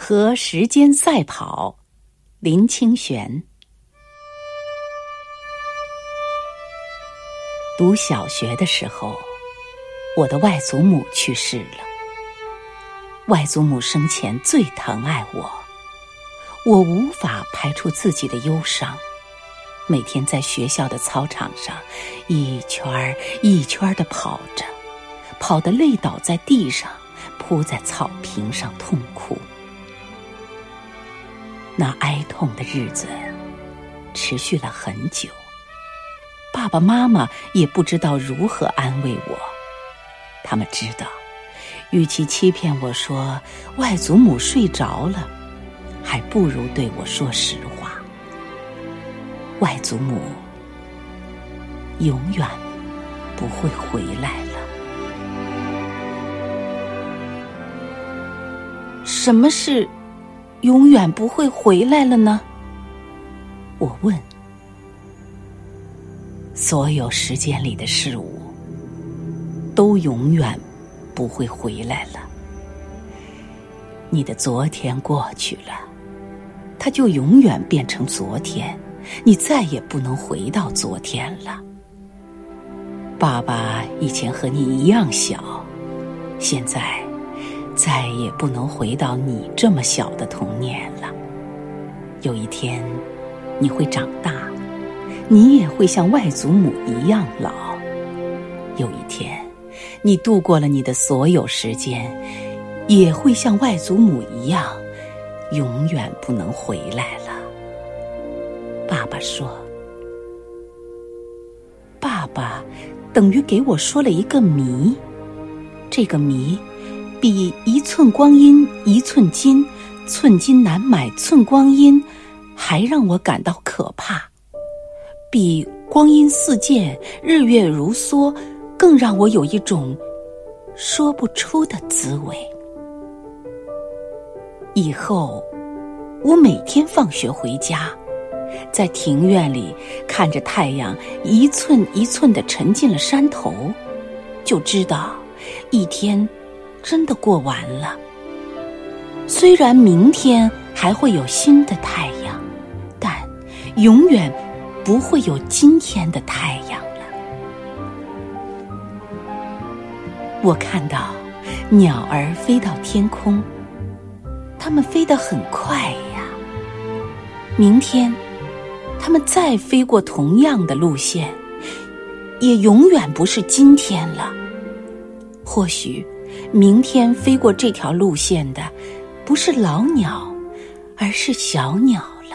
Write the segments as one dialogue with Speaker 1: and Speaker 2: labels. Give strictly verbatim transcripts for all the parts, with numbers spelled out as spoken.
Speaker 1: 和时间赛跑，林清玄。读小学的时候，我的外祖母去世了。外祖母生前最疼爱我，我无法排除自己的忧伤，每天在学校的操场上一圈儿一圈儿地跑着，跑得累倒在地上，扑在草坪上痛哭。那哀痛的日子持续了很久，爸爸妈妈也不知道如何安慰我。他们知道，与其欺骗我说外祖母睡着了，还不如对我说实话。外祖母永远不会回来了。什么是永远不会回来了呢？我问。所有时间里的事物都永远不会回来了。你的昨天过去了，它就永远变成昨天，你再也不能回到昨天了。爸爸以前和你一样小，现在再也不能回到你这么小的童年了。有一天你会长大，你也会像外祖母一样老。有一天你度过了你的所有时间，也会像外祖母一样永远不能回来了。爸爸说。爸爸等于给我说了一个谜，这个谜比一寸光阴一寸金，寸金难买寸光阴还让我感到可怕，比光阴似箭日月如梭更让我有一种说不出的滋味。以后我每天放学回家，在庭院里看着太阳一寸一寸地沉进了山头，就知道一天真的过完了。虽然明天还会有新的太阳，但永远不会有今天的太阳了。我看到鸟儿飞到天空，它们飞得很快呀。明天它们再飞过同样的路线，也永远不是今天了。或许明天飞过这条路线的不是老鸟，而是小鸟了。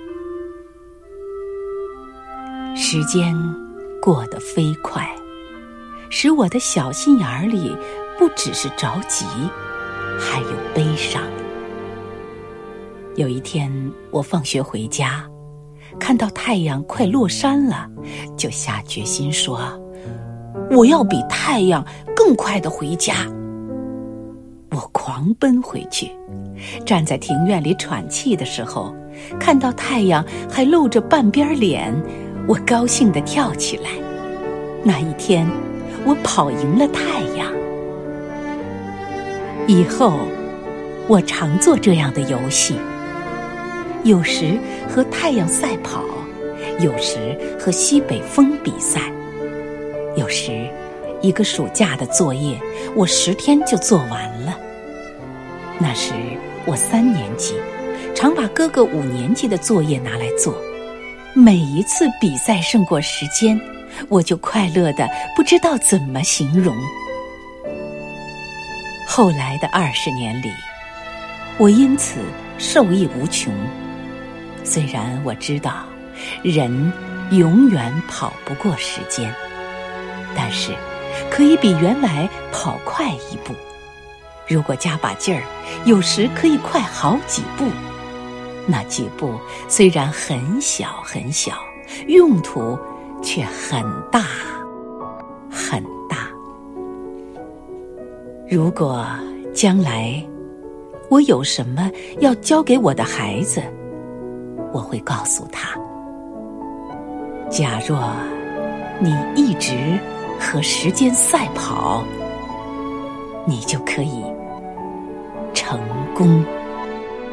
Speaker 1: 时间过得飞快，使我的小心眼儿里不只是着急，还有悲伤。有一天我放学回家，看到太阳快落山了，就下决心说，我要比太阳更快地回家。我狂奔回去，站在庭院里喘气的时候，看到太阳还露着半边脸，我高兴地跳起来。那一天我跑赢了太阳。以后我常做这样的游戏，有时和太阳赛跑，有时和西北风比赛，有时一个暑假的作业我十天就做完了。那时我三年级，常把哥哥五年级的作业拿来做。每一次比赛胜过时间，我就快乐得不知道怎么形容。后来的二十年里，我因此受益无穷。虽然我知道人永远跑不过时间，但是可以比原来跑快一步。如果加把劲儿，有时可以快好几步。那几步虽然很小很小，用途却很大很大。如果将来我有什么要教给我的孩子，我会告诉他，假若你一直和时间赛跑，你就可以成功。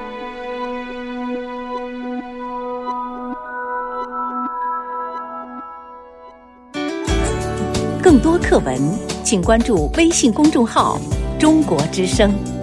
Speaker 1: 更多课文，请关注微信公众号“中国之声”。